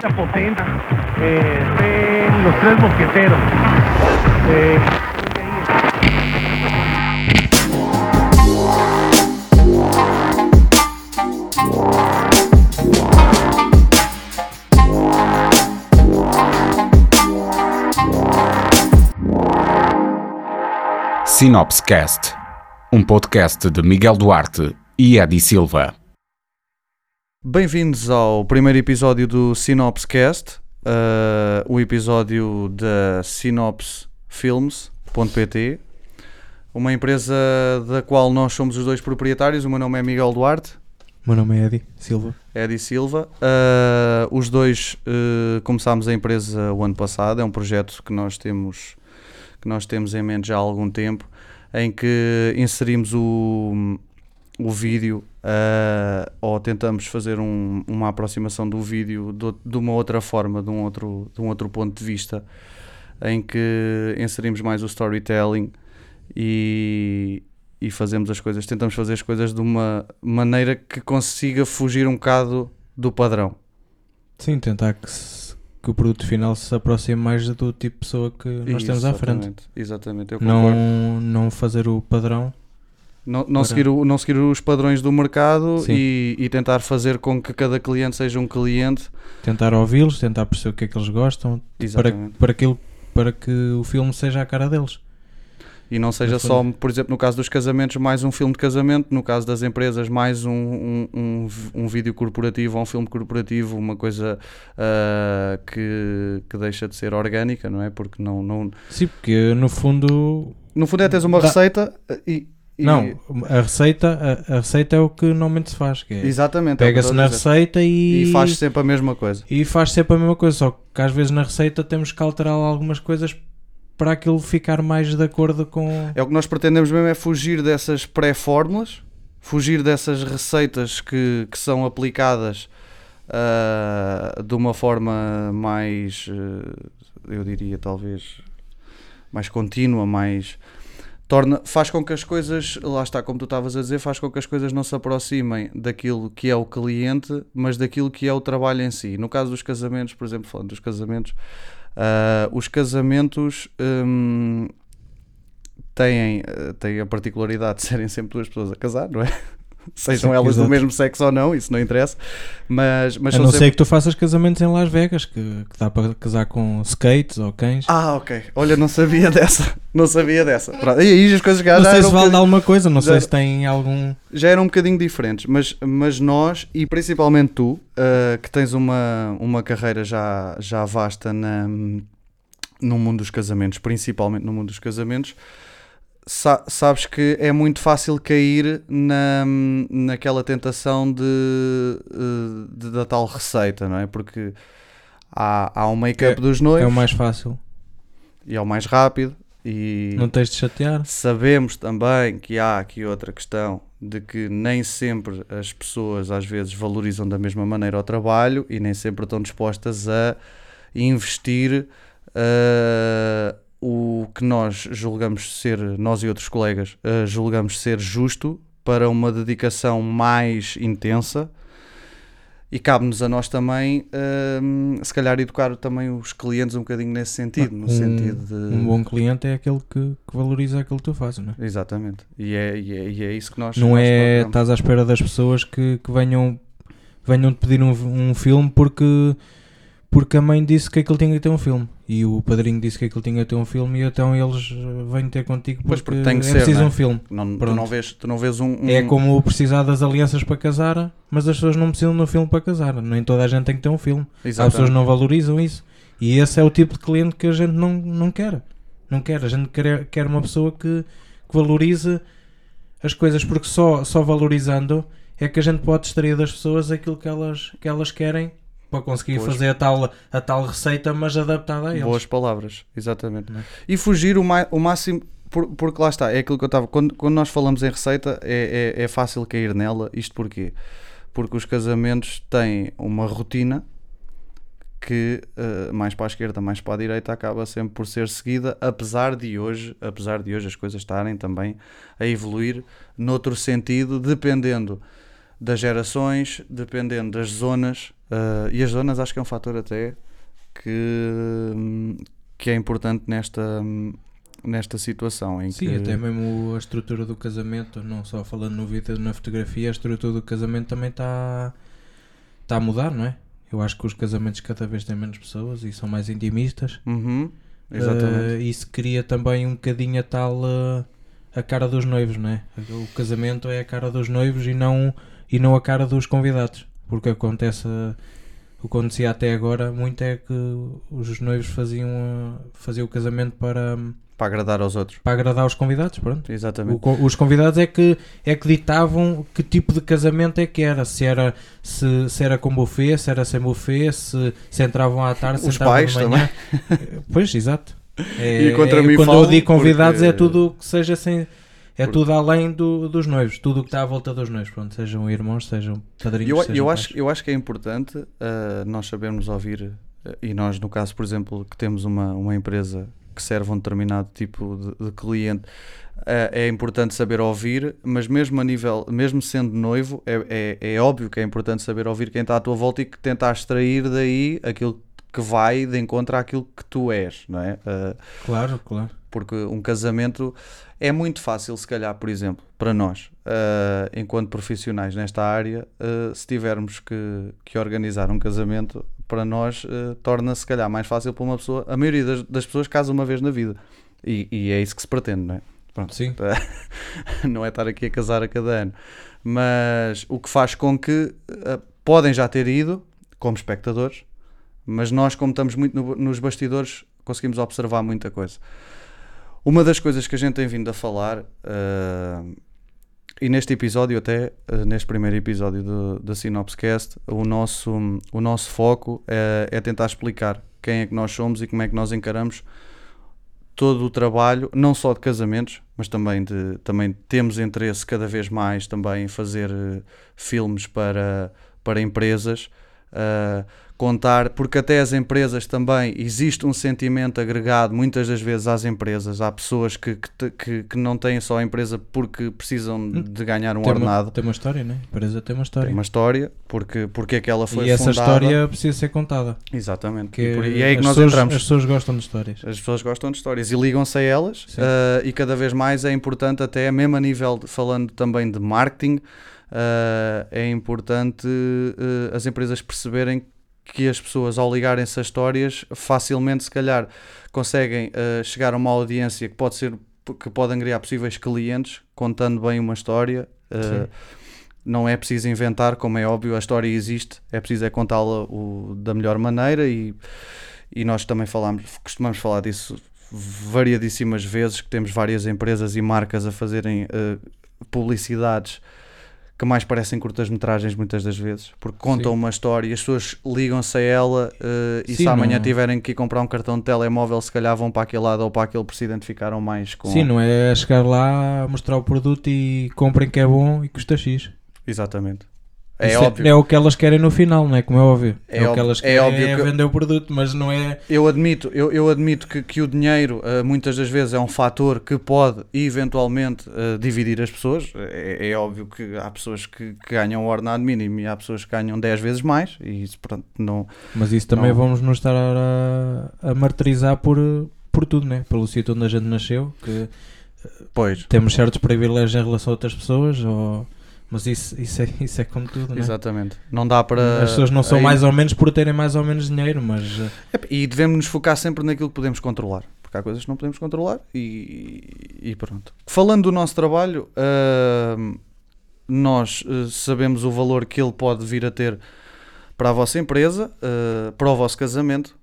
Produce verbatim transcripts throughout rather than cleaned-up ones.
esta potente, eh, de los tres mosqueteros. Eh, Sinopscast, um podcast de Miguel Duarte e Eddie Silva. Bem-vindos ao primeiro episódio do Sinopscast, uh, o episódio da Sinopse Films ponto pt, uma empresa da qual nós somos os dois proprietários. O meu nome é Miguel Duarte. O meu nome é Eddie Silva. Eddie Silva. Uh, os dois uh, começámos a empresa o ano passado. É um projeto que nós temos, que nós temos em mente já há algum tempo, em que inserimos o, o vídeo, uh, ou tentamos fazer um, uma aproximação do vídeo de, de uma outra forma, de um outro, de um outro ponto de vista, em que inserimos mais o storytelling e, e fazemos as coisas, tentamos fazer as coisas de uma maneira que consiga fugir um bocado do padrão. Sim, tentar que, se, que o produto final se aproxime mais do tipo de pessoa que nós temos à frente. Exatamente, eu concordo. Não, não fazer o padrão. Não, não, seguir o, não seguir os padrões do mercado e, e tentar fazer com que cada cliente seja um cliente. Tentar ouvi-los, tentar perceber o que é que eles gostam, para, para, aquilo, para que o filme seja a cara deles. E não seja só, por exemplo, no caso dos casamentos, mais um filme de casamento, no caso das empresas, mais um, um, um, um vídeo corporativo ou um filme corporativo, uma coisa uh, que, que deixa de ser orgânica, não é? Porque não... não... Sim, porque no fundo... No fundo é teres uma dá... receita e... E... Não, a receita, a, a receita é o que normalmente se faz. Que é, exatamente. Pega-se na receita e... E faz sempre a mesma coisa. E faz sempre a mesma coisa, só que às vezes na receita temos que alterar algumas coisas para aquilo ficar mais de acordo com... É o que nós pretendemos mesmo, é fugir dessas pré-fórmulas, fugir dessas receitas que, que são aplicadas uh, de uma forma mais, uh, eu diria talvez, mais contínua, mais... Torna, faz com que as coisas, lá está, como tu estavas a dizer, faz com que as coisas não se aproximem daquilo que é o cliente, mas daquilo que é o trabalho em si. No caso dos casamentos, por exemplo, falando dos casamentos, uh, os casamentos um, têm, têm a particularidade de serem sempre duas pessoas a casar, não é? Sejam Sim, elas exato. do mesmo sexo ou não, isso não interessa. Mas, mas a não sempre... ser que tu faças casamentos em Las Vegas, que, que dá para casar com skates ou cães. Ah, ok. Olha, não sabia dessa. Não sabia dessa. Pronto. E aí as coisas já não já sei se um vale bocadinho... alguma coisa, não já... sei se tem algum... Já eram um bocadinho diferentes, mas, mas nós, e principalmente tu, uh, que tens uma, uma carreira já, já vasta na, no mundo dos casamentos, principalmente no mundo dos casamentos, Sa- sabes que é muito fácil cair na, naquela tentação de, de, da tal receita, não é? Porque há, há um make-up é, dos noivos. É o mais fácil. E é o mais rápido. E não tens de chatear. Sabemos também que há aqui outra questão de que nem sempre as pessoas às vezes valorizam da mesma maneira o trabalho e nem sempre estão dispostas a investir uh, o que nós julgamos ser, nós e outros colegas, uh, julgamos ser justo para uma dedicação mais intensa, e cabe-nos a nós também, uh, se calhar, educar também os clientes um bocadinho nesse sentido. No um, sentido de... um bom cliente é aquele que, que valoriza aquilo que tu fazes, não é? Exatamente. E é, e é, e é isso que nós... Não nós é, estás à espera das pessoas que, que venham, venham te pedir um, um filme porque... porque a mãe disse que aquilo tinha que ter um filme e o padrinho disse que aquilo tinha que ter um filme e então eles vêm ter contigo porque, porque tem que é ser, preciso não é? um filme. Não, tu, não vês, tu não vês um, um... É como precisar das alianças para casar, mas as pessoas não precisam de um filme para casar. Nem toda a gente tem que ter um filme. Exatamente. As pessoas não valorizam isso. E esse é o tipo de cliente que a gente não, não quer. Não quer. A gente quer, quer uma pessoa que, que valorize as coisas, porque só, só valorizando é que a gente pode extrair das pessoas aquilo que elas, que elas querem para conseguir Boas. fazer a tal, a tal receita, mas adaptada a eles. Boas palavras, exatamente. É? E fugir o, ma- o máximo, por, porque lá está, é aquilo que eu estava... Quando, quando nós falamos em receita, é, é, é fácil cair nela. Isto porquê? Porque os casamentos têm uma rotina que, uh, mais para a esquerda, mais para a direita, acaba sempre por ser seguida, apesar de hoje, apesar de hoje as coisas estarem também a evoluir noutro sentido, dependendo das gerações, dependendo das zonas, uh, e as zonas acho que é um fator até que, que é importante nesta, nesta situação. Em Sim, que... até mesmo a estrutura do casamento, não só falando no vídeo, na fotografia, a estrutura do casamento também está tá a mudar, não é? Eu acho que os casamentos cada vez têm menos pessoas e são mais intimistas. Uhum, exatamente. Uh, isso cria também um bocadinho a tal uh, a cara dos noivos, não é? O casamento é a cara dos noivos e não, e não a cara dos convidados, porque acontece, uh, o que acontecia até agora muito é que os noivos faziam, uh, faziam o casamento para, um, para agradar aos outros, para agradar aos convidados, pronto. Exatamente. O, os convidados é que, é que ditavam que tipo de casamento é que era, se era, se, se era com buffet, se era sem buffet, se, se entravam à tarde, se os entravam pais de manhã. Também. Pois, exato. É, E contra é, mim quando eu digo convidados porque... é tudo que seja sem, é porque... tudo além do, dos noivos, tudo o que está à volta dos noivos, pronto, sejam irmãos, sejam padrinhos, eu, sejam eu pais. acho eu acho que é importante uh, nós sabermos ouvir, uh, e nós no caso por exemplo que temos uma, uma empresa que serve a um determinado tipo de, de cliente, uh, é importante saber ouvir, mas mesmo a nível, mesmo sendo noivo, é, é, é óbvio que é importante saber ouvir quem está à tua volta e que tentar extrair daí aquilo que vai de encontro àquilo que tu és, não é? Uh, claro, claro. Porque um casamento é muito fácil, se calhar, por exemplo, para nós, uh, enquanto profissionais nesta área, uh, se tivermos que, que organizar um casamento, para nós uh, torna-se, se calhar, mais fácil para uma pessoa. A maioria das, das pessoas casa uma vez na vida. E, e é isso que se pretende, não é? Pronto. Sim. Não é estar aqui a casar a cada ano. Mas o que faz com que uh, podem já ter ido como espectadores, mas nós, como estamos muito no, nos bastidores, conseguimos observar muita coisa. Uma das coisas que a gente tem vindo a falar, uh, e neste episódio até, uh, neste primeiro episódio do, da Synopscast, o nosso, o nosso foco é, é tentar explicar quem é que nós somos e como é que nós encaramos todo o trabalho, não só de casamentos, mas também, de, também temos interesse cada vez mais também em fazer uh, filmes para, para empresas, uh, contar, porque até as empresas também, existe um sentimento agregado muitas das vezes às empresas, há pessoas que, que, que, que não têm só a empresa porque precisam de ganhar um tem ordenado. Uma, tem uma história, né? A empresa tem uma história. Tem uma história, porque, porque é que ela foi e essa fundada. história precisa ser contada. Exatamente. Que e, por, e é aí que nós pessoas, entramos. As pessoas gostam de histórias. As pessoas gostam de histórias e ligam-se a elas, uh, e cada vez mais é importante, até mesmo a nível, de, falando também de marketing, uh, é importante uh, as empresas perceberem que as pessoas, ao ligarem-se a histórias, facilmente, se calhar, conseguem uh, chegar a uma audiência que pode ser, que podem criar possíveis clientes, contando bem uma história. Uh, não é preciso inventar, como é óbvio, a história existe, é preciso é contá-la o, da melhor maneira, e, e nós também falamos, costumamos falar disso variadíssimas vezes, que temos várias empresas e marcas a fazerem uh, publicidades que mais parecem curtas-metragens muitas das vezes, porque contam Sim. uma história e as pessoas ligam-se a ela, uh, e Sim, se amanhã não... tiverem que ir comprar um cartão de telemóvel, se calhar vão para aquele lado ou para aquele, porque se identificaram mais com... Sim, não é chegar lá, mostrar o produto e comprem que é bom e custa X. Exatamente. É Isso óbvio. É, é o que elas querem no final, não é? Como é óbvio. É, é óbvio, o que elas querem, é, óbvio é que vender o produto, mas não é... Eu admito, eu, eu admito que, que o dinheiro uh, muitas das vezes é um fator que pode eventualmente uh, dividir as pessoas. É, é óbvio que há pessoas que, que ganham o ordenado mínimo e há pessoas que ganham dez vezes mais, e isso, pronto, não... Mas isso também não... vamos nos estar a, a martirizar por, por tudo, né? Pelo sítio onde a gente nasceu, que pois. Temos certos privilégios em relação a outras pessoas, ou... Mas isso, isso, é, isso é como tudo, não é? Exatamente. Não dá para... As pessoas não são aí... mais ou menos por terem mais ou menos dinheiro, mas... E devemos nos focar sempre naquilo que podemos controlar. Porque há coisas que não podemos controlar e, e pronto. Falando do nosso trabalho, uh, nós uh, sabemos o valor que ele pode vir a ter para a vossa empresa, uh, para o vosso casamento,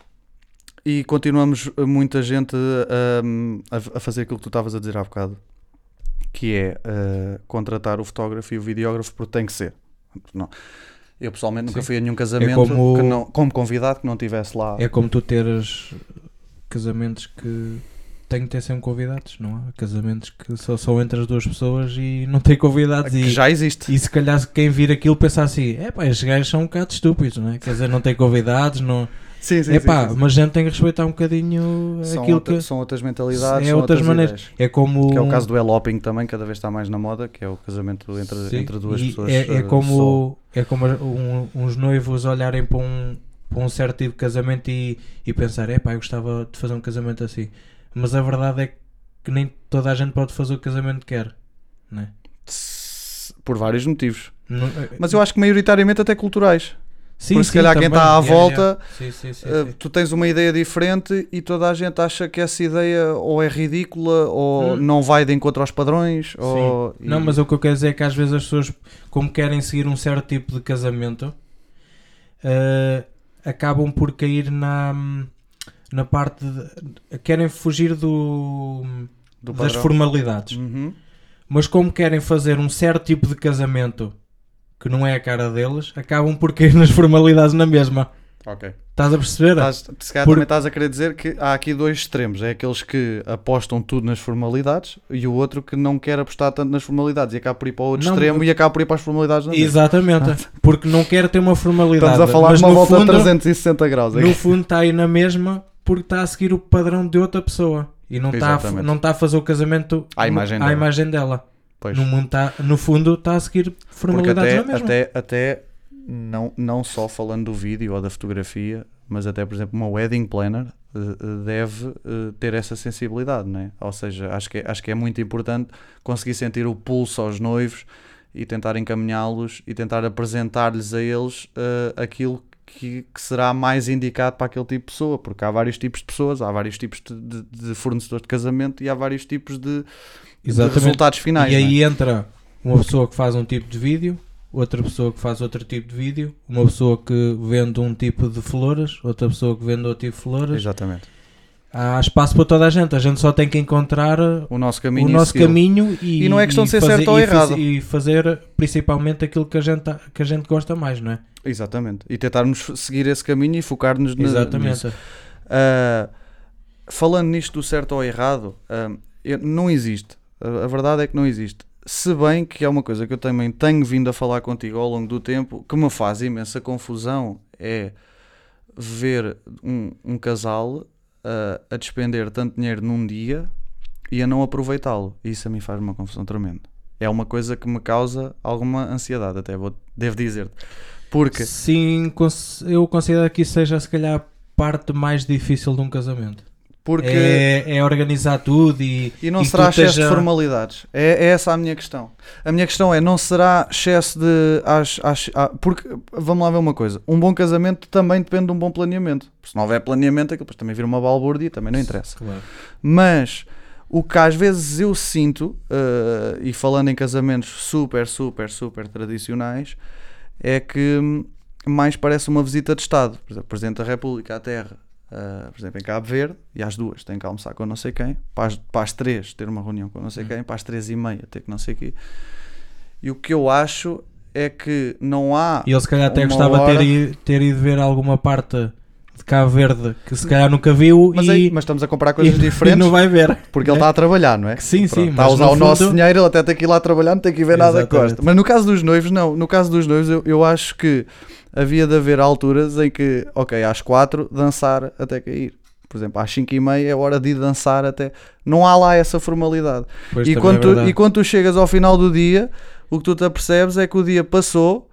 e continuamos muita gente uh, a, a fazer aquilo que tu estavas a dizer há bocado, que é uh, contratar o fotógrafo e o videógrafo, porque tem que ser. Não. Eu pessoalmente nunca Sim. fui a nenhum casamento, é como, que não, como convidado, que não estivesse lá. É como tu teres casamentos que, tem que ter sempre convidados, não há? Casamentos que só são entre as duas pessoas e não tem convidados. Que e, já existe. E se calhar quem vir aquilo pensa assim, é pá, estes gajos são um bocado estúpidos, não é? Quer dizer, não tem convidados, não... Sim, sim, é pá, sim, sim. mas a gente tem que respeitar um bocadinho São, aquilo outra, que... são outras mentalidades, é são outras, outras maneiras. ideias. É como... Que é o caso do eloping também, cada vez está mais na moda, que é o casamento entre, Sim, entre duas e pessoas. É, é uh, como, é como um, uns noivos olharem para um, para um certo tipo de casamento e, e pensar, é pá, eu gostava de fazer um casamento assim. Mas a verdade é que nem toda a gente pode fazer o casamento que quer, não é? Por vários motivos. Não, Mas eu acho que maioritariamente até culturais. sim, Porque se sim, calhar também. quem está à Yeah, volta, yeah. Sim, sim, sim, uh, sim. tu tens uma ideia diferente e toda a gente acha que essa ideia ou é ridícula ou Hum. não vai de encontro aos padrões. Ou, e- Não, mas o que eu quero dizer é que às vezes as pessoas, como querem seguir um certo tipo de casamento, uh, acabam por cair na, na parte de, querem fugir do, do das padrão. formalidades. Uhum. Mas como querem fazer um certo tipo de casamento que não é a cara deles, acabam por cair nas formalidades na mesma. Ok. Estás a perceber? Estás, se calhar Por- também estás a querer dizer que há aqui dois extremos. É aqueles que apostam tudo nas formalidades e o outro que não quer apostar tanto nas formalidades e acaba por ir para o outro Não, extremo eu- e acaba por ir para as formalidades na mesma. Exatamente. Porque não quer ter uma formalidade. Estamos a falar mas de uma no volta fundo, a trezentos e sessenta graus. No fundo está aí na mesma porque está a seguir o padrão de outra pessoa. E não está a, Exatamente. não está a fazer o casamento À imagem à dela. imagem dela. Pois. No, mundo está, no fundo está a seguir Porque formalidades até, na mesma. até, até não, não só falando do vídeo ou da fotografia, mas até, por exemplo, uma wedding planner uh, deve uh, ter essa sensibilidade, né? Ou seja, acho que, é, acho que é muito importante conseguir sentir o pulso aos noivos e tentar encaminhá-los e tentar apresentar-lhes a eles uh, aquilo que, que será mais indicado para aquele tipo de pessoa, porque há vários tipos de pessoas, há vários tipos de, de, de fornecedores de casamento e há vários tipos de, de Exatamente. resultados finais. E aí né? entra uma pessoa que faz um tipo de vídeo, outra pessoa que faz outro tipo de vídeo, uma pessoa que vende um tipo de flores, outra pessoa que vende outro tipo de flores. Exatamente. Há espaço para toda a gente, a gente só tem que encontrar O nosso caminho, o e nosso segui-lo. caminho e, E não é questão de ser fazer, certo ou e faz- errado. e fazer principalmente aquilo que a gente, tá- que a gente gosta mais, não é? Exatamente. E tentarmos seguir esse caminho e focar-nos na- Exatamente. nisso. Uh, falando nisto do certo ou errado, uh, eu- não existe. A, a verdade é que não existe. Se bem que é uma coisa que eu também tenho vindo a falar contigo ao longo do tempo, que me faz imensa confusão, é ver um, um casal uh, a despender tanto dinheiro num dia e a não aproveitá-lo. Isso a mim faz uma confusão tremenda. É uma coisa que me causa alguma ansiedade, até vou, devo dizer-te. Porque... Sim, cons- eu considero que isso seja se calhar a parte mais difícil de um casamento. Porque... É, é organizar tudo e, E não e será tu excesso esteja- de formalidades. É, é essa a minha questão. A minha questão é, não será excesso de... Às, às, à- porque, vamos lá ver uma coisa. Um bom casamento também depende de um bom planeamento. Se não houver planeamento, aquilo depois também vira uma balbúrdia e também não interessa. Claro. Mas o que às vezes eu sinto, uh, e falando em casamentos super, super, super tradicionais, é que hum, mais parece uma visita de Estado. Por exemplo, Presidente da República à Terra, uh, por exemplo, em Cabo Verde, e às duas tem que almoçar com não sei quem, para as, para as três ter uma reunião com não sei quem, para as três e meia ter que não sei quê. E o que eu acho é que não há... E ele se calhar até uma gostava de hora- ter, ido- ter ido ver alguma parte de Cabo Verde que se calhar nunca viu Mas, e, aí, mas estamos a comparar coisas e- diferentes. e não vai ver. Porque ele né? está a trabalhar, não é? Sim, Pronto, sim, está a mas usar no o nosso fundo- dinheiro, ele até tem que ir lá trabalhar, não tem que ir ver nada que Exatamente. gosta. Mas no caso dos noivos, não. No caso dos noivos, eu, eu acho que havia de haver alturas em que, ok, às quatro, dançar até cair. Por exemplo, às cinco e meia é hora de ir dançar até... Não há lá essa formalidade. Pois E também quando, é tu, verdade. e quando tu chegas ao final do dia, o que tu te apercebes é que o dia passou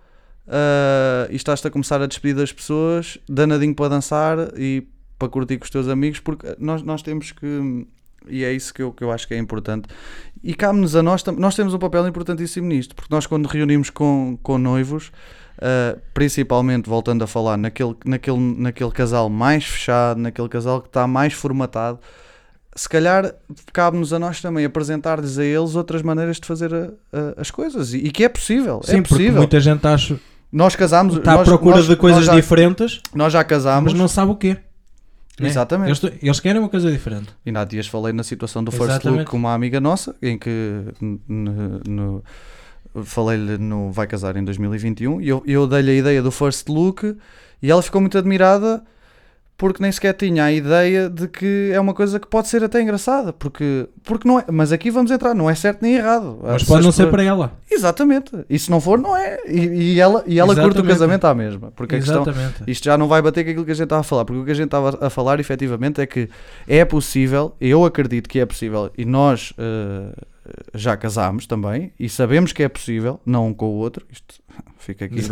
uh, e estás-te a começar a despedir das pessoas, danadinho para dançar e para curtir com os teus amigos, porque nós, nós temos que... E é isso que eu, que eu acho que é importante. E cabe-nos a nós... tam- Nós temos um papel importantíssimo nisto, porque nós quando reunimos com, com noivos, uh, principalmente, voltando a falar, naquele, naquele, naquele casal mais fechado, naquele casal que está mais formatado, se calhar cabe-nos a nós também apresentar-lhes a eles outras maneiras de fazer a- a- as coisas. E, e que é possível. Sim, é porque possível. muita gente acha, Nós casámos... está à nós- procura nós- de coisas nós já, diferentes, Nós já casámos... mas não sabe o quê. né? Exatamente. Eles, eles querem uma coisa diferente. E há dias falei na situação do First Exatamente. Look com uma amiga nossa, em que n- n- no- falei-lhe no vai casar em dois mil e vinte e um e eu, eu dei-lhe a ideia do First Look e ela ficou muito admirada porque nem sequer tinha a ideia de que é uma coisa que pode ser até engraçada, porque, porque não é, mas aqui vamos entrar, não é certo nem errado. Mas pode não ser para ela. Exatamente, e se não for, não é, e, e ela, e ela curte o casamento à mesma, porque a questão, isto já não vai bater com aquilo que a gente estava a falar, porque o que a gente estava a falar efetivamente é que é possível, eu acredito que é possível, e nós uh, já casámos também, e sabemos que é possível, não um com o outro, isto fica aqui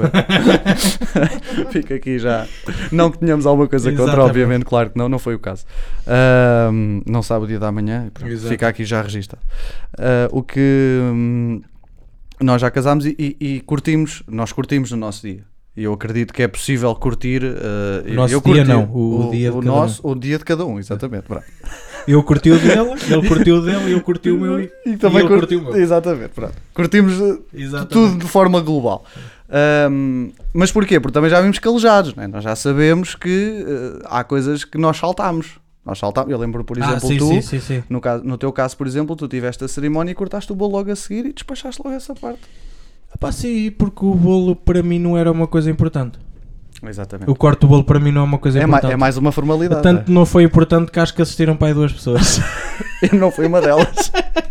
fica aqui já, não que tenhamos alguma coisa contra, Exatamente. Obviamente, claro que não, não foi o caso, uh, não sabe o dia da manhã, pronto, fica aqui já registado. Uh, o que um, nós já casámos e, e, e curtimos, nós curtimos no nosso dia. E eu acredito que é possível curtir. Uh, o nosso eu dia curti, não, o, o dia de o cada nosso, um. O dia de cada um, exatamente. Bravo. Eu curti o dele, ele curtiu o dele, eu curti o meu e, e também e ele curti, curtiu o meu. Exatamente, bravo. Curtimos exatamente. Tudo de forma global. Um, mas porquê? Porque também já vimos calejados, né? Nós já sabemos que uh, há coisas que nós saltámos. Nós saltámos. Eu lembro, por exemplo, ah, sim, tu, sim, sim, sim. No, caso, no teu caso, por exemplo, tu tiveste a cerimónia e cortaste o bolo logo a seguir e despachaste logo essa parte. Pá, sim, porque o bolo para mim não era uma coisa importante. Exatamente. O corte do bolo para mim não é uma coisa é importante. Ma, é mais uma formalidade. Tanto é? Não foi importante que acho que assistiram para aí duas pessoas. Eu não fui uma delas.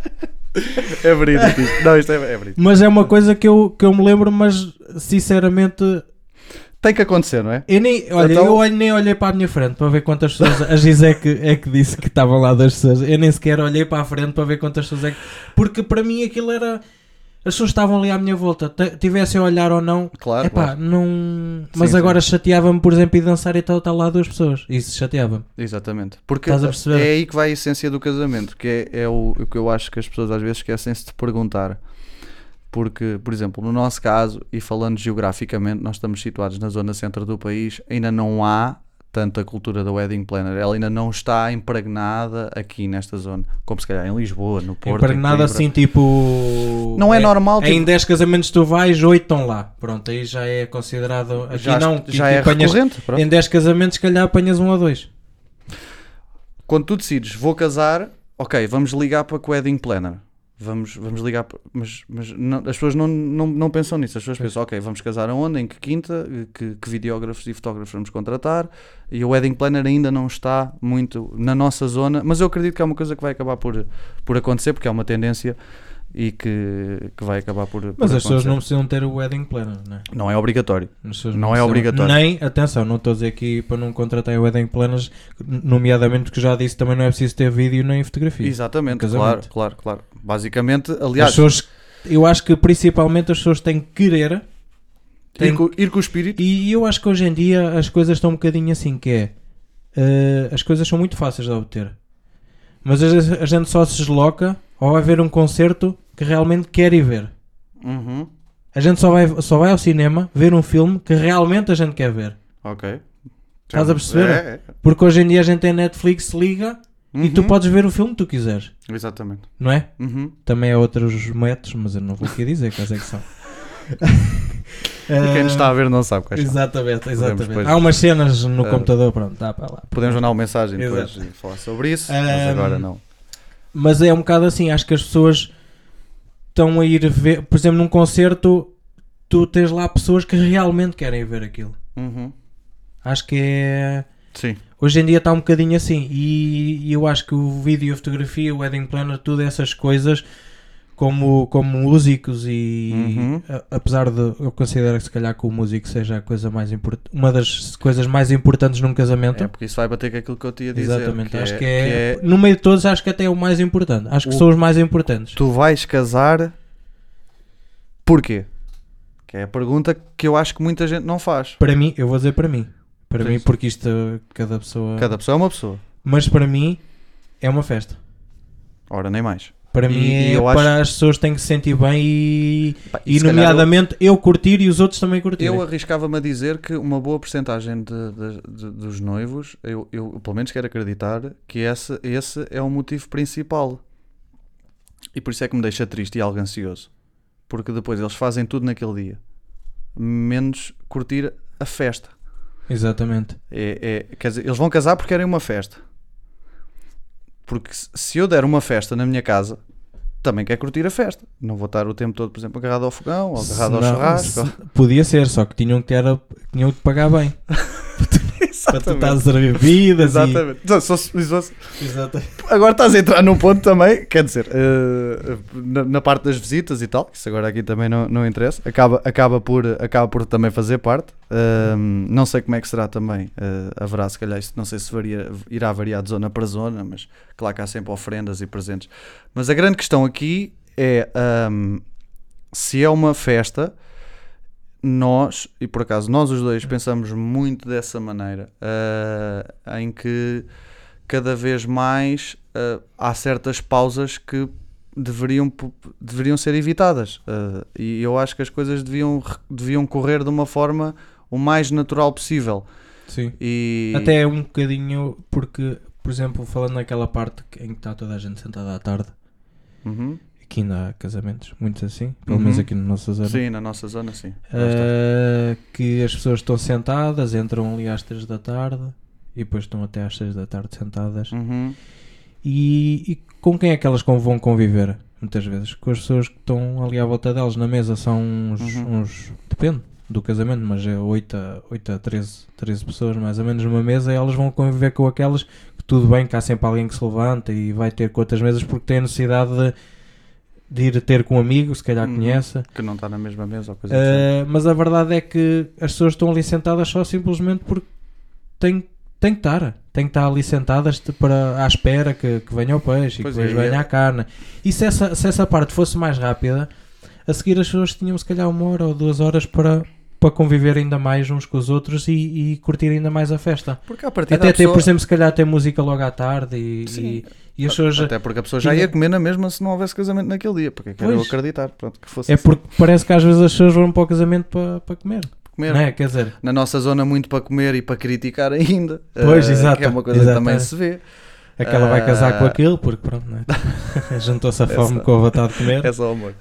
É verídico isto. Não, isto é, é verídico. Mas é uma coisa que eu, que eu me lembro, mas sinceramente... Tem que acontecer, não é? Eu nem, olha, então... eu olhei, nem olhei para a minha frente para ver quantas pessoas... A Giz é que, é que disse que estavam lá das pessoas. Eu nem sequer olhei para a frente para ver quantas pessoas é que... Porque para mim aquilo era... As pessoas estavam ali à minha volta, tivessem a olhar ou não, claro, epá, claro. não... Mas sim, agora sim. chateava-me, por exemplo, ir dançar e tal, tal lá duas pessoas. Isso chateava-me. Exatamente. Porque Estás a perceber? É aí que vai a essência do casamento, que é, é o, o que eu acho que as pessoas às vezes esquecem-se de perguntar. Porque, por exemplo, no nosso caso, e falando geograficamente, nós estamos situados na zona centro do país, ainda não há tanto a cultura da wedding planner, ela ainda não está impregnada aqui nesta zona, como se calhar em Lisboa, no Porto. Impregnada assim, tipo... Não é, é normal. Tipo... Em dez casamentos tu vais, oito estão lá. Pronto, aí já é considerado... Aqui já não, já é apanhas, recorrente. Pronto. Em dez casamentos, se calhar apanhas um ou dois. Quando tu decides, vou casar, ok, vamos ligar para a wedding planner. Vamos, vamos ligar, mas, mas não, as pessoas não, não, não pensam nisso. As pessoas é. pensam, ok, vamos casar aonde, em que quinta, que, que videógrafos e fotógrafos vamos contratar, e o wedding planner ainda não está muito na nossa zona, mas eu acredito que é uma coisa que vai acabar por, por acontecer, porque é uma tendência e que, que vai acabar por, por mas acontecer. As pessoas não precisam ter o wedding planner, não é? Não é obrigatório. Não, não é obrigatório. Nem, atenção, não estou a dizer aqui para não contratar o wedding planners, nomeadamente porque já disse, também não é preciso ter vídeo nem fotografia. Exatamente, claro, claro, claro. Basicamente, aliás... As pessoas, eu acho que principalmente as pessoas têm que querer... Têm, ir, com, ir com o espírito. E eu acho que hoje em dia as coisas estão um bocadinho assim, que é... Uh, as coisas são muito fáceis de obter. Mas a, a gente só se desloca ao haver um concerto que realmente quer ir ver. Uhum. A gente só vai, só vai ao cinema ver um filme que realmente a gente quer ver. Ok. Estás a perceber? É, é. Porque hoje em dia a gente tem Netflix, liga uhum. e tu podes ver o filme que tu quiseres. Exatamente. Não é? Uhum. Também há outros métodos, mas eu não vou aqui dizer quais é que são. E quem nos está a ver não sabe quais são. Exatamente, exatamente. Depois, há umas cenas no uh, computador, pronto, dá para lá. Podemos mandar uma mensagem depois Exato. e falar sobre isso, um, mas agora não. Mas é um bocado assim, acho que as pessoas estão a ir ver, por exemplo, num concerto, tu tens lá pessoas que realmente querem ver aquilo. Uhum. Acho que é... Sim. Hoje em dia está um bocadinho assim, e, e eu acho que o vídeo e a fotografia, o wedding planner, tudo essas coisas, como, como músicos e uhum. a, apesar de eu considero que se calhar que o músico seja a coisa mais importante, uma das coisas mais importantes num casamento. É porque isso vai bater com aquilo que eu te ia dizer. Exatamente, que acho é, que, é, que é no meio de todos acho que até é o mais importante, acho que o, são os mais importantes. Tu vais casar porquê? Que é a pergunta que eu acho que muita gente não faz. Para mim, eu vou dizer para mim, para Sim. mim porque isto cada pessoa... Cada pessoa é uma pessoa. Mas para mim é uma festa. Ora, nem mais. Para e, mim é eu para acho... as pessoas têm que se sentir bem e, Pá, e, e nomeadamente eu... eu curtir e os outros também curtirem. Eu arriscava-me a dizer que uma boa porcentagem de, de, de, dos noivos, eu, eu pelo menos quero acreditar que esse, esse é o motivo principal. E por isso é que me deixa triste e algo ansioso. Porque depois eles fazem tudo naquele dia, menos curtir a festa. Exatamente. É, é, quer dizer, eles vão casar porque querem uma festa. Porque se eu der uma festa na minha casa, também quero curtir a festa. Não vou estar o tempo todo, por exemplo, agarrado ao fogão ou agarrado ao churrasco. Se, podia ser, só que tinham que, ter, tinham que pagar bem. para tu estás a servir bebidas. Exatamente. E... Só, só, só, só. Exatamente. Agora estás a entrar num ponto também, quer dizer, uh, na, na parte das visitas e tal, isso agora aqui também não, não interessa, acaba, acaba, por, acaba por também fazer parte. Uh, não sei como é que será também, uh, haverá se calhar, isso não sei se varia, irá variar de zona para zona, mas claro que há sempre ofrendas e presentes. Mas a grande questão aqui é, um, se é uma festa, nós, e por acaso nós os dois pensamos muito dessa maneira, uh, em que cada vez mais uh, há certas pausas que deveriam, deveriam ser evitadas, uh, e eu acho que as coisas deviam, deviam correr de uma forma o mais natural possível. Sim. E... até um bocadinho, porque, por exemplo, falando naquela parte em que está toda a gente sentada à tarde, uhum. aqui ainda há casamentos, muitos assim, pelo menos uhum. aqui na nossa zona. Sim, na nossa zona, sim. Uh, que as pessoas estão sentadas, entram ali às três da tarde e depois estão até às seis da tarde sentadas. Uhum. E, e com quem é que elas vão conviver? Muitas vezes com as pessoas que estão ali à volta delas na mesa. São uns, uhum. uns depende do casamento, mas é oito a treze pessoas mais ou menos numa mesa, e elas vão conviver com aquelas que tudo bem, que há sempre alguém que se levanta e vai ter com outras mesas porque tem a necessidade de de ir ter com um amigo, se calhar uhum. conhece. Que não está na mesma mesa ou coisa uh, mas a verdade é que as pessoas estão ali sentadas só simplesmente porque têm, têm que estar. Têm que estar ali sentadas para, à espera que, que venha o peixe e pois que depois é, venha é. a carne. E se essa, se essa parte fosse mais rápida, a seguir as pessoas tinham se calhar uma hora ou duas horas para, para conviver ainda mais uns com os outros e, e curtir ainda mais a festa. Porque a partir Até ter, pessoa... por exemplo, se calhar ter música logo à tarde e... e E as pessoas, até porque a pessoa já ia comer na mesma se não houvesse casamento naquele dia, porque quero pois, acreditar pronto, que fosse é assim. porque parece que às vezes as pessoas vão para o casamento para, para comer, comer. Não é? Quer dizer, na nossa zona muito para comer e para criticar ainda, pois, uh, exato, que é uma coisa exato, que também é. se vê. Aquela uh, vai casar com aquilo porque pronto, não é? Juntou-se a fome só, com a vontade de comer, é só amor.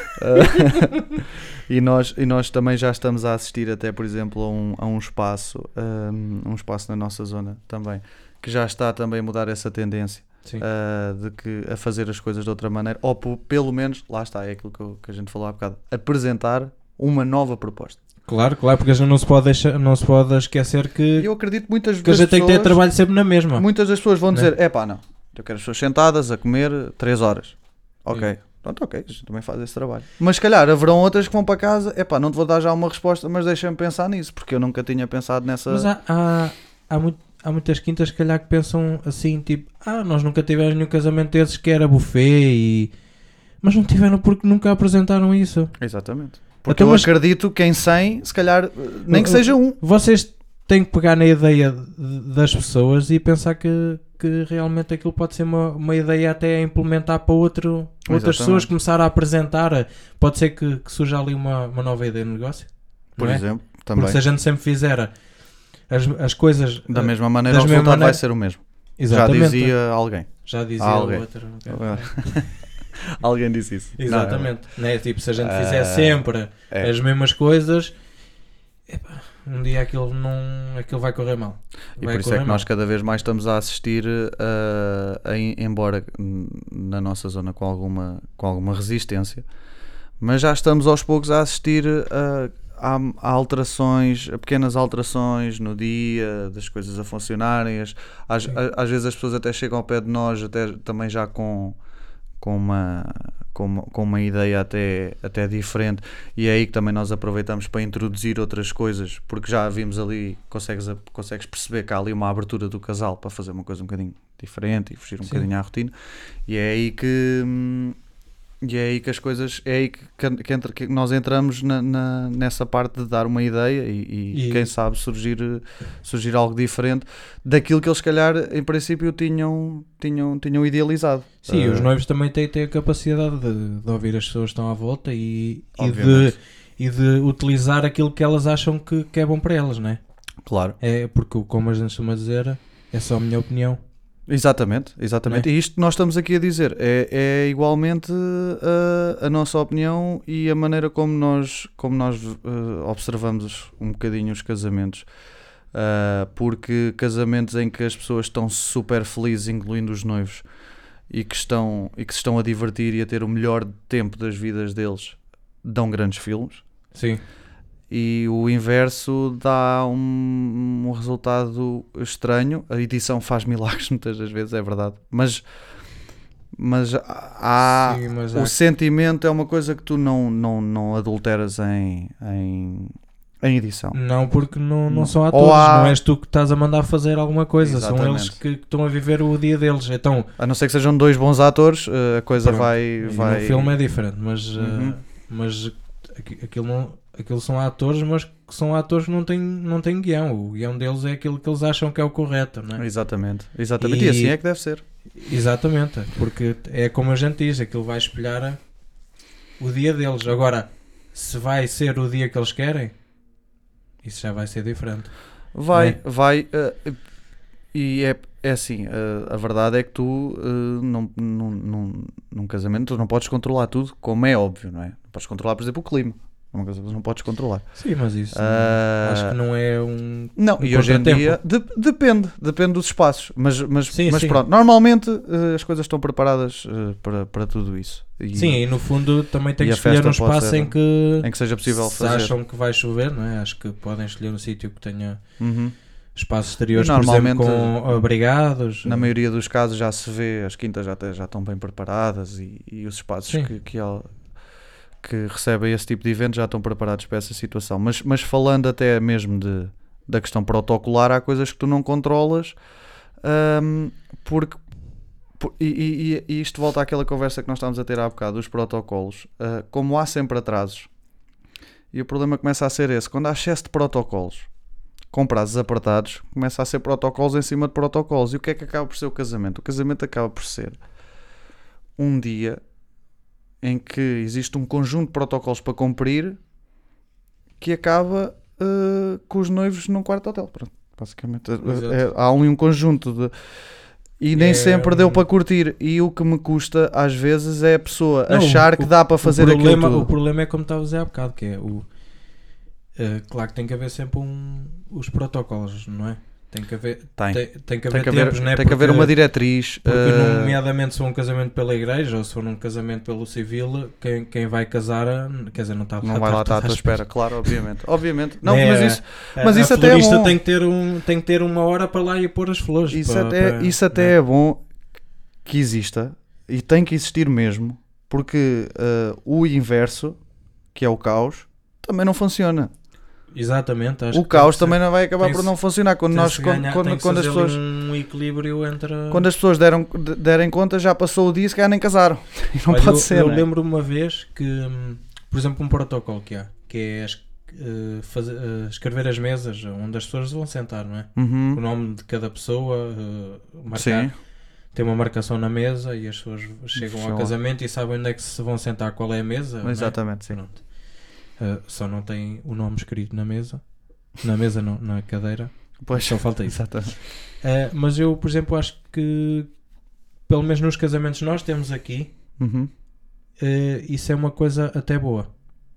uh, e, nós, e nós também já estamos a assistir até, por exemplo, a um, a um espaço um, um espaço na nossa zona também, que já está também a mudar essa tendência. Uh, de que a fazer as coisas de outra maneira, ou p- pelo menos, lá está, é aquilo que, eu, que a gente falou há bocado, apresentar uma nova proposta. Claro, claro, porque a gente não se pode, deixar, não se pode esquecer que, eu acredito muitas que a gente pessoas, tem que ter trabalho sempre na mesma. Muitas das pessoas vão não dizer, é pá, não, eu quero as pessoas sentadas a comer três horas. Ok, Sim. pronto, ok, a gente também faz esse trabalho. Mas se calhar haverão outras que vão para casa, é pá, não te vou dar já uma resposta, mas deixa-me pensar nisso, porque eu nunca tinha pensado nessa... Mas há, há, há muito Há muitas quintas, se calhar, que pensam assim, tipo, ah, nós nunca tivemos nenhum casamento desses que era buffet e... Mas não tiveram porque nunca apresentaram isso. Exatamente. Porque então, eu mas... acredito que em cem, se calhar, nem que seja um. Vocês têm que pegar na ideia das pessoas e pensar que, que realmente aquilo pode ser uma, uma ideia até a implementar para outro, outras pessoas, começar a apresentar. Pode ser que, que surja ali uma, uma nova ideia de negócio. Por é? exemplo, também. Porque se a gente sempre fizer... As, as coisas da mesma maneira, o resultado maneira... vai ser o mesmo. Exatamente. Já dizia alguém. Já dizia alguém. outro. Alguém disse isso. Exatamente. Não, é? Tipo, se a gente uh, fizer sempre é. as mesmas coisas, epa, um dia aquilo, não, aquilo vai correr mal. E vai por isso é que mal. nós cada vez mais estamos a assistir, uh, a, embora na nossa zona com alguma, com alguma resistência, mas já estamos aos poucos a assistir a... Há, há alterações, pequenas alterações no dia, das coisas a funcionarem. As, às, às vezes as pessoas até chegam ao pé de nós, até, também já com, com, uma, com, uma, com uma ideia até, até diferente. E é aí que também nós aproveitamos para introduzir outras coisas, porque já vimos ali, consegues, consegues perceber que há ali uma abertura do casal para fazer uma coisa um bocadinho diferente e fugir um Sim. bocadinho à rotina. E é aí que... E é aí que as coisas, é aí que, que, entre, que nós entramos na, na, nessa parte de dar uma ideia e, e, e quem sabe surgir, surgir algo diferente daquilo que eles se calhar em princípio tinham, tinham, tinham idealizado. Sim, uh, os noivos também têm, têm a capacidade de, de ouvir as pessoas que estão à volta e, e, de, e de utilizar aquilo que elas acham que, que é bom para elas, não é? Claro. É porque, como a gente costuma dizer, é só a minha opinião. Exatamente, exatamente. É? E isto que nós estamos aqui a dizer é, é igualmente a, a nossa opinião e a maneira como nós, como nós uh, observamos um bocadinho os casamentos. Uh, porque casamentos em que as pessoas estão super felizes, incluindo os noivos, e que, estão, e que se estão a divertir e a ter o melhor tempo das vidas deles, dão grandes filmes. Sim. e o inverso dá um, um resultado estranho. A edição faz milagres muitas das vezes, é verdade, mas, mas, há, Sim, mas o há... sentimento é uma coisa que tu não, não, não adulteras em, em, em edição. Não, porque não, não Não. são Ou atores, há- não és tu que estás a mandar fazer alguma coisa, são Exatamente. eles que que estão a viver o dia deles. Então, A não ser que sejam dois bons atores, eh, a coisa pronto, vai, e vai... no filme é diferente, mas, Uhum. uh, mas aqui- aquilo, não, aquilo são atores, mas que são atores que não têm, não têm guião. O guião deles é aquilo que eles acham que é o correto, não é? Exatamente, exatamente. E... E- assim é que deve ser. Exatamente, porque é como a gente diz, aquilo vai espelhar o dia deles. Agora, se vai ser o dia que eles querem, isso já vai ser diferente. Vai, Né? vai. eh, e é, é assim, eh, a verdade é que tu, eh, não, num, num, num casamento, tu não podes controlar tudo, como é óbvio, não é? Não podes controlar, por exemplo, o clima. É uma coisa que não podes controlar. Sim, mas isso Ah, acho que não é um. Não, um e hoje em contratempo. dia de- depende, depende dos espaços, mas, mas, Sim, mas sim. pronto, normalmente eh, as coisas estão preparadas eh, para, para tudo isso. E, Sim, e no fundo também tem e que a escolher festa um pode espaço ser- em que em que seja possível se fazer. acham que vai chover, não é? Acho que podem escolher um sítio que tenha Uhum. espaços exteriores, E por exemplo, normalmente, com abrigados. Na maioria dos casos já se vê, as quintas já, até já estão bem preparadas e, e os espaços Sim. que, que, al- que recebem esse tipo de evento já estão preparados para essa situação. Mas, mas falando até mesmo de, da questão protocolar, há coisas que tu não controlas, hum, porque por- e, e- e isto volta àquela conversa que nós estávamos a ter há bocado, dos protocolos. Ah, como há sempre atrasos, e o problema começa a ser esse, quando há excesso de protocolos com prazos apertados, começa a ser protocolos em cima de protocolos. E o que é que acaba por ser o casamento? O casamento acaba por ser um dia em que existe um conjunto de protocolos para cumprir que acaba uh, com os noivos num quarto de hotel. Pronto, basicamente uh, Exato. é- há um, um conjunto de... E nem É, sempre deu um- para curtir. E o que me custa às vezes é a pessoa Não, achar o- que dá para fazer o problema, aquilo O tudo. problema é como estava a dizer há bocado, que é o. eh, claro que tem que haver sempre um, os protocolos, não é? Tem que haver, Tem. tem, tem que Tem haver que haver, tempos, né? tem que haver Porque- uma diretriz. Porque, uh, nomeadamente, se for um casamento pela igreja ou se for um casamento pelo civil, quem, quem vai casar, quer dizer, não está não vai lá estar à tua espera, claro, obviamente. Obviamente. Não, É, mas isso, A- mas a isso até é florista bom. tem que, ter um, tem que ter uma hora para lá e pôr as flores. Isso para- até, para- isso até né? é bom que exista e tem que existir mesmo, porque uh, o inverso, que é o caos, também não funciona. Exatamente. Acho O que caos tem que também não vai acabar tem por que não funcionar. Quando, tem nós, que se quando, ganhar- quando, tem que quando as fazer ali pessoas, um equilíbrio entre. quando as pessoas deram, de- derem conta, já passou o dia, se calhar nem casaram. E não Olha, pode eu, ser. Eu não é? lembro uma vez que, hum, por exemplo, um protocolo que há, que é es- eh, fazer- eh, escrever as mesas onde as pessoas vão sentar, não é? Uhum. O nome de cada pessoa, eh, marcar, Sim. tem uma marcação na mesa e as pessoas chegam Chegam ao lá. casamento e sabem onde é que se vão sentar, qual é a mesa. não é? Exatamente, sim. Pronto. Eh, só não tem o nome escrito na mesa. Na mesa não, na cadeira. Pois, Só falta isso. exatamente. Eh, mas eu, por exemplo, acho que pelo menos nos casamentos nós temos aqui, Uhum. eh, isso é uma coisa até boa.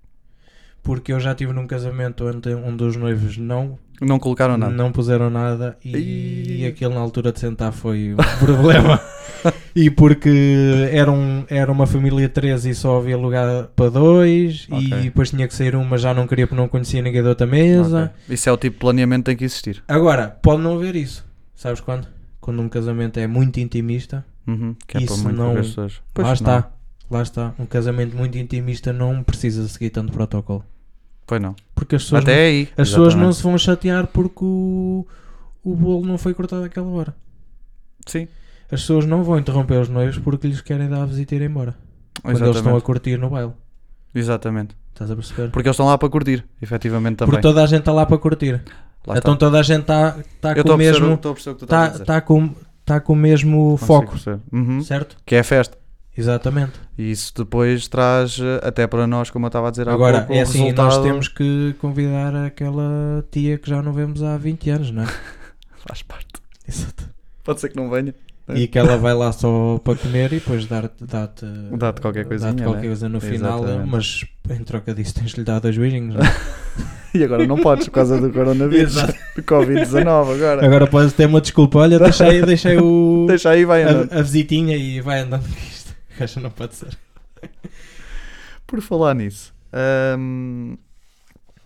Porque eu já estive num casamento onde um dos noivos não, Não colocaram nada. não puseram nada e, Ih. e aquele na altura de sentar foi um problema. E porque era, um, era uma família de três e só havia lugar para dois Ok. e depois tinha que sair uma, já não queria porque não conhecia ninguém da outra mesa. Ok. Isso é o tipo de planeamento que tem que existir. Agora, pode não haver isso. Sabes quando? Quando um casamento é muito intimista, Uhum. Que é Isso para muito não- poucas pessoas. Pois lá não. está. Lá está. Um casamento muito intimista não precisa seguir tanto protocolo. Pois não. Porque as pessoas, Até não, aí. as pessoas não exatamente. se vão chatear porque o, o bolo não foi cortado àquela hora. Sim. As pessoas não vão interromper os noivos porque lhes querem dar a visita e ir embora. Quando eles estão a Exatamente. curtir no baile. Exatamente. Estás a perceber? Porque eles estão lá para curtir, efetivamente também. Porque toda a gente está lá para curtir. Lá Então está. toda a gente está tá Eu com estou o a perceber- mesmo. estou a perceber o que tu estás a Está dizer. tá com, tá com o mesmo Consigo foco. perceber. Uhum. Certo? Que é a festa. Exatamente. E isso depois traz, eh, até para nós, como eu estava a dizer há Agora, pouco, é o assim, resultado... nós temos que convidar aquela tia que já não vemos há vinte anos, não é? Faz parte. Exato. Pode ser que não venha. E que ela vai lá só para comer e depois dar-te dá-te, Dá-te qualquer coisinha, dá-te qualquer né? coisa no final, Exatamente. mas em troca disso tens de lhe dar dois beijinhos. Não é? E agora não podes por causa do coronavírus. Exato. Do covid dezanove agora. Agora podes ter uma desculpa, olha, deixei, deixei o, Deixa aí, vai andando. a, a visitinha e vai andando com isto. Acho não pode ser. Por falar nisso, hum,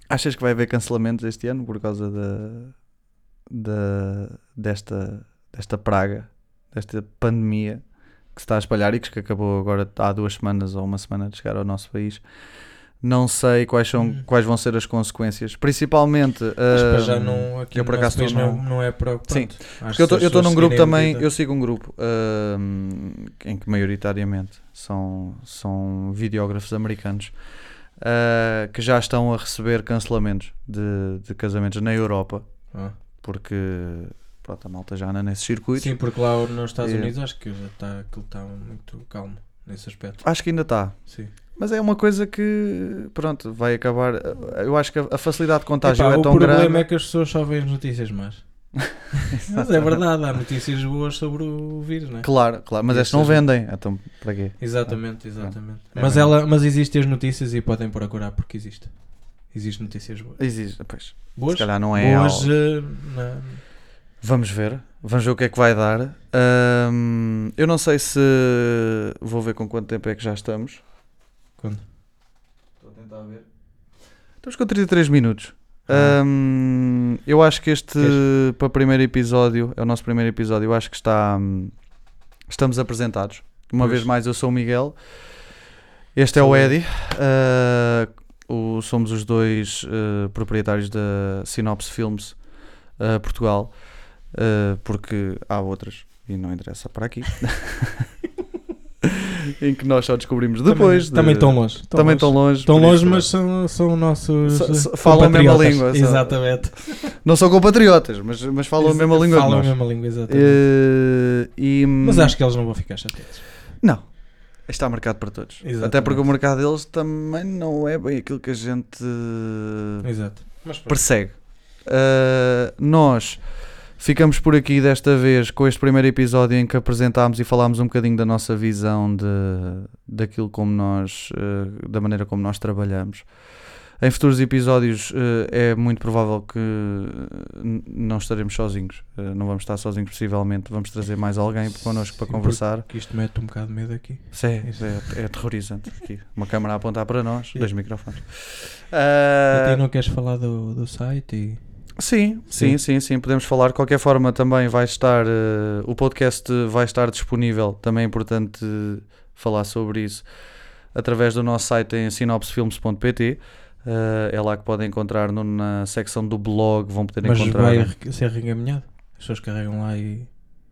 Achas que vai haver cancelamentos este ano por causa da, da, desta, desta praga, desta pandemia que se está a espalhar e que acabou agora há duas semanas ou uma semana de chegar ao nosso país? Não sei quais, são, hum. quais vão ser as consequências, principalmente. Mas para uh, já não, aqui eu por acaso país não, não, não é preocupante. Sim, porque eu estou num grupo também, eu sigo um grupo uh, em que maioritariamente são, são videógrafos americanos uh, que já estão a receber cancelamentos de, de casamentos na Europa, ah. porque pronto, a malta já anda nesse circuito. Sim, porque lá nos Estados e... Unidos acho que já está, aquilo está muito calmo nesse aspecto. Acho que ainda está. Sim. Mas é uma coisa que, pronto, vai acabar. Eu acho que a facilidade de contágio Epá, é tão grande. O problema grande... é que as pessoas só veem as notícias más. Mas é verdade, há notícias boas sobre o vírus, não é? Claro, claro, mas estas não vendem, então para quê? Exatamente, exatamente. É mas, ela, mas existem as notícias e podem procurar porque existe. Existem notícias boas. Existe, pois. Boas? Se calhar não é. Boas, ao... uh, não. Vamos ver, vamos ver o que é que vai dar. Um, eu não sei se vou ver com quanto tempo é que já estamos. Quando? Estou a tentar ver. Estamos com trinta e três minutos. Ah. Um, eu acho que este Queres? para o primeiro episódio, é o nosso primeiro episódio, eu acho que está, estamos apresentados. Uma pois. vez mais, eu sou o Miguel. Este sou é o Eddie. Uh, o, somos os dois uh, proprietários da Sinopse Films uh, Portugal. Uh, porque há outras e não interessa para aqui. Em que nós só descobrimos depois. Também estão de... longe. Também estão longe. Estão longe, longe mas são, são nossos. So, so, falam a mesma língua. Exatamente. Não são compatriotas, mas, mas falam Ex- a mesma língua. Falam a mesma língua, exatamente. Uh, e, mas acho que eles não vão ficar chateados. Não. Está marcado para todos. Exatamente. Até porque o mercado deles também não é bem aquilo que a gente Exato. Mas, persegue. Uh, nós. Ficamos por aqui desta vez com este primeiro episódio em que apresentámos e falámos um bocadinho da nossa visão de, daquilo como nós, da maneira como nós trabalhamos. Em futuros episódios é muito provável que não estaremos sozinhos, não vamos estar sozinhos possivelmente, vamos trazer mais alguém connosco para Sim, conversar. Porque isto mete um bocado de medo aqui. Sim, é, é aterrorizante aqui. Uma câmara a apontar para nós, Sim. dois microfones. Uh, e não queres falar do, do site e... Sim, sim, sim, sim, sim, podemos falar. De qualquer forma também vai estar, uh, o podcast vai estar disponível, também é importante uh, falar sobre isso, através do nosso site em sinopsefilmes ponto pt, uh, é lá que podem encontrar no, na secção do blog, vão poder Mas encontrar... Mas vai ser reencaminhado? As pessoas carregam lá e...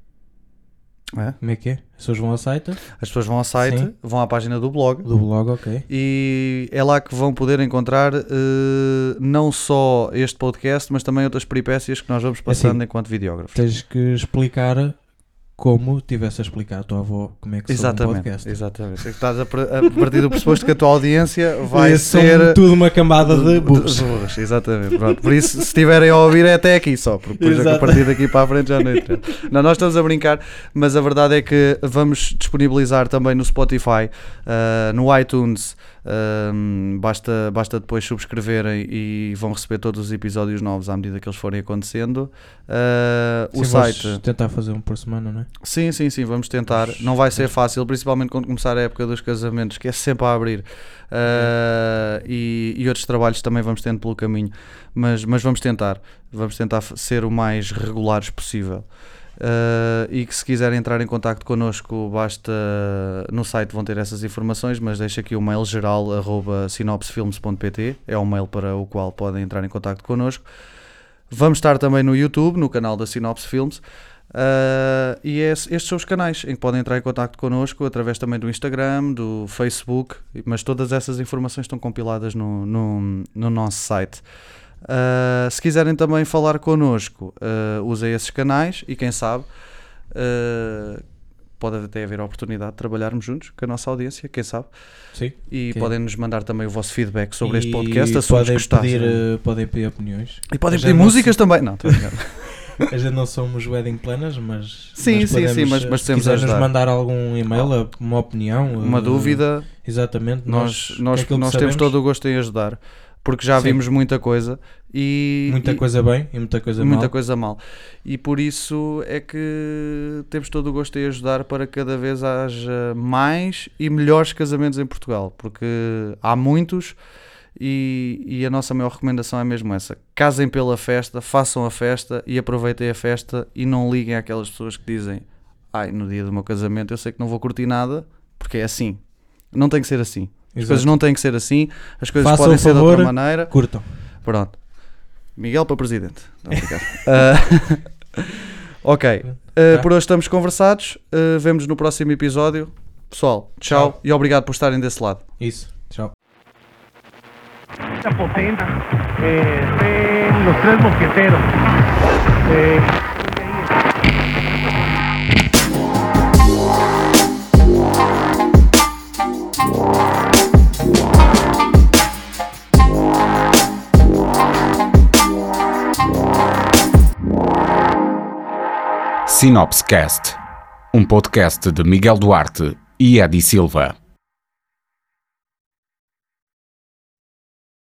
É? Como é que é? As pessoas vão ao site? As pessoas vão ao site, Sim. vão à página do blog. Do blog, ok. E é lá que vão poder encontrar uh, não só este podcast, mas também outras peripécias que nós vamos passando assim, enquanto videógrafos. Tens que explicar como tivesse a explicar à tua avó como é que se faz um podcast. Exatamente. Estás a, a partir do pressuposto que a tua audiência vai ser... tudo uma camada de burros. De burros, exatamente. Pronto. Por isso, se estiverem a ouvir é até aqui só, porque depois a partir daqui para a frente já não interessa. Não, nós estamos a brincar, mas a verdade é que vamos disponibilizar também no Spotify, uh, no iTunes, uh, basta, basta depois subscreverem e vão receber todos os episódios novos à medida que eles forem acontecendo. Uh, sim, o site... tentar fazer um por semana, não é? Sim, sim, sim, vamos tentar. Não vai ser fácil, principalmente quando começar a época dos casamentos, que é sempre a abrir. Uh, e, e outros trabalhos também vamos tendo pelo caminho. Mas, mas vamos tentar. Vamos tentar ser o mais regulares possível. Uh, e que se quiserem entrar em contacto connosco, basta no site vão ter essas informações, mas deixo aqui o mail geral arroba sinopsefilmes ponto pt, é o mail para o qual podem entrar em contacto connosco. Vamos estar também no YouTube, no canal da Sinopse Films. Uh, e esse, estes são os canais em que podem entrar em contacto connosco, através também do Instagram, do Facebook, mas todas essas informações estão compiladas no, no, no nosso site. Uh, se quiserem também falar connosco, uh, usem esses canais e quem sabe uh, pode até haver a oportunidade de trabalharmos juntos com a nossa audiência, quem sabe. Sim, e okay. podem nos mandar também o vosso feedback sobre e este podcast, podem pedir, uh, podem pedir opiniões e podem pedir músicas também. Não, estou a brincar. A gente não somos wedding planners, mas sim, mas sim, podemos, sim, mas, mas se quiser nos mandar algum e-mail, uma opinião, uma uh, dúvida, exatamente, nós, nós, nós, nós temos todo o gosto em ajudar, porque já sim. vimos muita coisa e muita e, coisa bem e muita coisa muita mal. coisa mal e por isso é que temos todo o gosto em ajudar para que cada vez haja mais e melhores casamentos em Portugal, porque há muitos e, e a nossa maior recomendação é mesmo essa: casem pela festa, façam a festa e aproveitem a festa e não liguem àquelas pessoas que dizem ai, no dia do meu casamento eu sei que não vou curtir nada, porque é assim. Não tem que ser assim. As Exato. coisas não têm que ser assim, as coisas Façam podem o ser favor, de outra maneira. Curtam. Pronto. Miguel para presidente. uh, ok. Uh, Tá. Por hoje estamos conversados. Uh, vemos no próximo episódio. Pessoal, tchau, Tchau. e obrigado por estarem desse lado. Isso. Tchau. Está potente. Eh, ven los tres mosqueteros. Eh, Sinopscast, um podcast de Miguel Duarte e Eddie Silva.